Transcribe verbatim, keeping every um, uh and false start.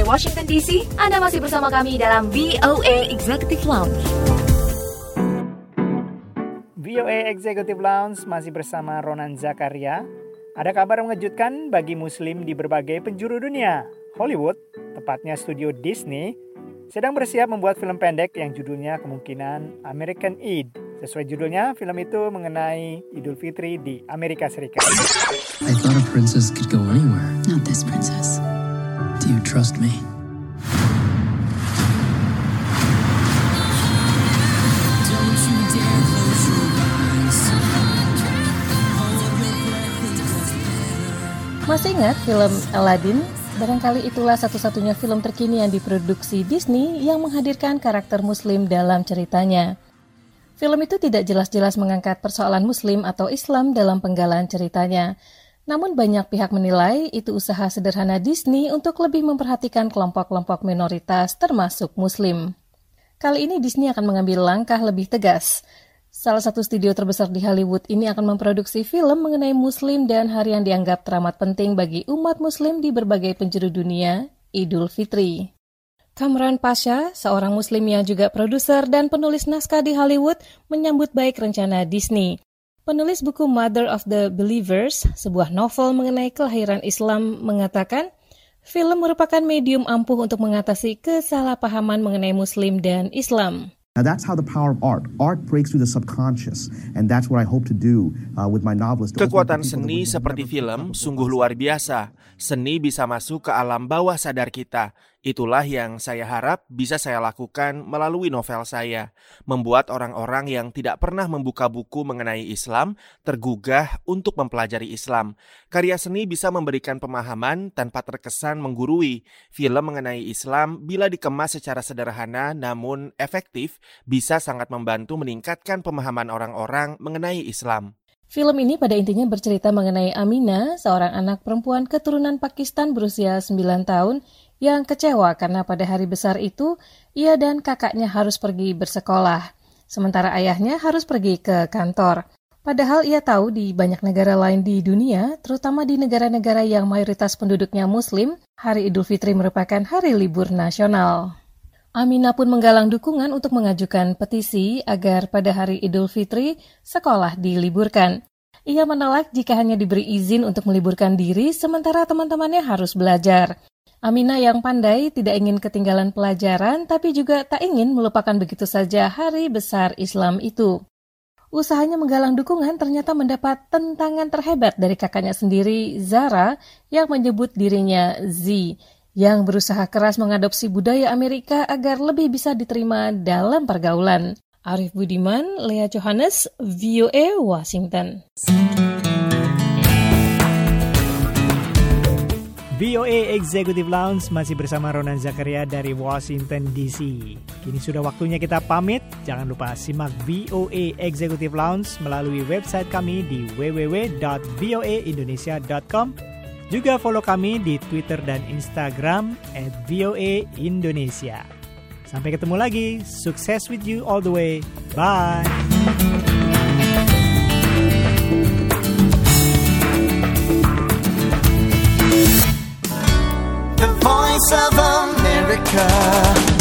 W Washington D C. Anda masih bersama kami dalam V O A Executive Lounge. V O A Executive Lounge masih bersama Ronan Zakaria. Ada kabar mengejutkan bagi muslim di berbagai penjuru dunia. Hollywood, tepatnya studio Disney, sedang bersiap membuat film pendek yang judulnya kemungkinan American Eid. Sesuai judulnya, film itu mengenai Idul Fitri di Amerika Serikat. I thought a princess could go anywhere. Not this princess. Do you trust me? Don't you dare close your eyes. Masih ingat film Aladdin? Barangkali itulah satu-satunya film terkini yang diproduksi Disney yang menghadirkan karakter muslim dalam ceritanya. Film itu tidak jelas-jelas mengangkat persoalan muslim atau Islam dalam penggalan ceritanya. Namun banyak pihak menilai itu usaha sederhana Disney untuk lebih memperhatikan kelompok-kelompok minoritas termasuk muslim. Kali ini Disney akan mengambil langkah lebih tegas. Salah satu studio terbesar di Hollywood ini akan memproduksi film mengenai muslim dan hari yang dianggap teramat penting bagi umat muslim di berbagai penjuru dunia, Idul Fitri. Kamran Pasha, seorang muslim yang juga produser dan penulis naskah di Hollywood, menyambut baik rencana Disney. Penulis buku Mother of the Believers, sebuah novel mengenai kelahiran Islam, mengatakan, film merupakan medium ampuh untuk mengatasi kesalahpahaman mengenai muslim dan Islam. Now that's how the power of art. Art breaks through the subconscious, and that's what I hope to do uh, with my novels. Kekuatan seni seperti film sungguh luar biasa. Seni bisa masuk ke alam bawah sadar kita. Itulah yang saya harap bisa saya lakukan melalui novel saya. Membuat orang-orang yang tidak pernah membuka buku mengenai Islam tergugah untuk mempelajari Islam. Karya seni bisa memberikan pemahaman tanpa terkesan menggurui. Film mengenai Islam bila dikemas secara sederhana namun efektif bisa sangat membantu meningkatkan pemahaman orang-orang mengenai Islam. Film ini pada intinya bercerita mengenai Amina, seorang anak perempuan keturunan Pakistan berusia sembilan tahun yang kecewa karena pada hari besar itu ia dan kakaknya harus pergi bersekolah, sementara ayahnya harus pergi ke kantor. Padahal ia tahu di banyak negara lain di dunia, terutama di negara-negara yang mayoritas penduduknya Muslim, hari Idul Fitri merupakan hari libur nasional. Amina pun menggalang dukungan untuk mengajukan petisi agar pada hari Idul Fitri sekolah diliburkan. Ia menolak jika hanya diberi izin untuk meliburkan diri sementara teman-temannya harus belajar. Amina yang pandai tidak ingin ketinggalan pelajaran tapi juga tak ingin melupakan begitu saja hari besar Islam itu. Usahanya menggalang dukungan ternyata mendapat tentangan terhebat dari kakaknya sendiri, Zara, yang menyebut dirinya Z, yang berusaha keras mengadopsi budaya Amerika agar lebih bisa diterima dalam pergaulan. Arif Budiman, Lea Johannes, V O A, Washington. V O A Executive Lounge masih bersama Ronan Zakaria dari Washington D C. Kini sudah waktunya kita pamit. Jangan lupa simak V O A Executive Lounge melalui website kami di w w w dot v o a indonesia dot com. Juga follow kami di Twitter dan Instagram at V O A Indonesia. Sampai ketemu lagi. Sukses with you all the way. Bye. The Voice of America.